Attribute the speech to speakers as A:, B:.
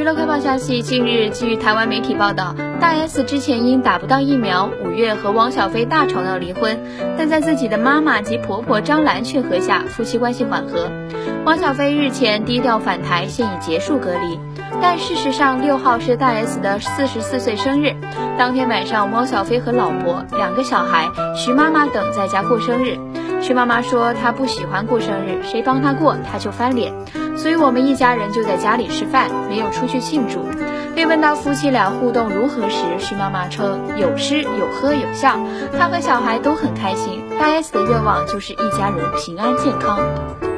A: 乐快报消息，近日据台湾媒体报道，大 S 之前因打不到疫苗，5月和汪小菲大吵闹离婚，但在自己的妈妈及婆婆张兰劝和下，夫妻关系缓和。汪小菲日前低调返台，现已结束隔离。但事实上，6号是大 S 的44岁生日。当天晚上，汪小菲和老婆、2个小孩、徐妈妈等在家过生日。徐妈妈说她不喜欢过生日，谁帮她过她就翻脸，所以我们一家人就在家里吃饭，没有出去庆祝。被问到夫妻俩互动如何时，徐妈妈称有吃有喝有笑，她和小孩都很开心。大 S 的愿望就是一家人平安健康。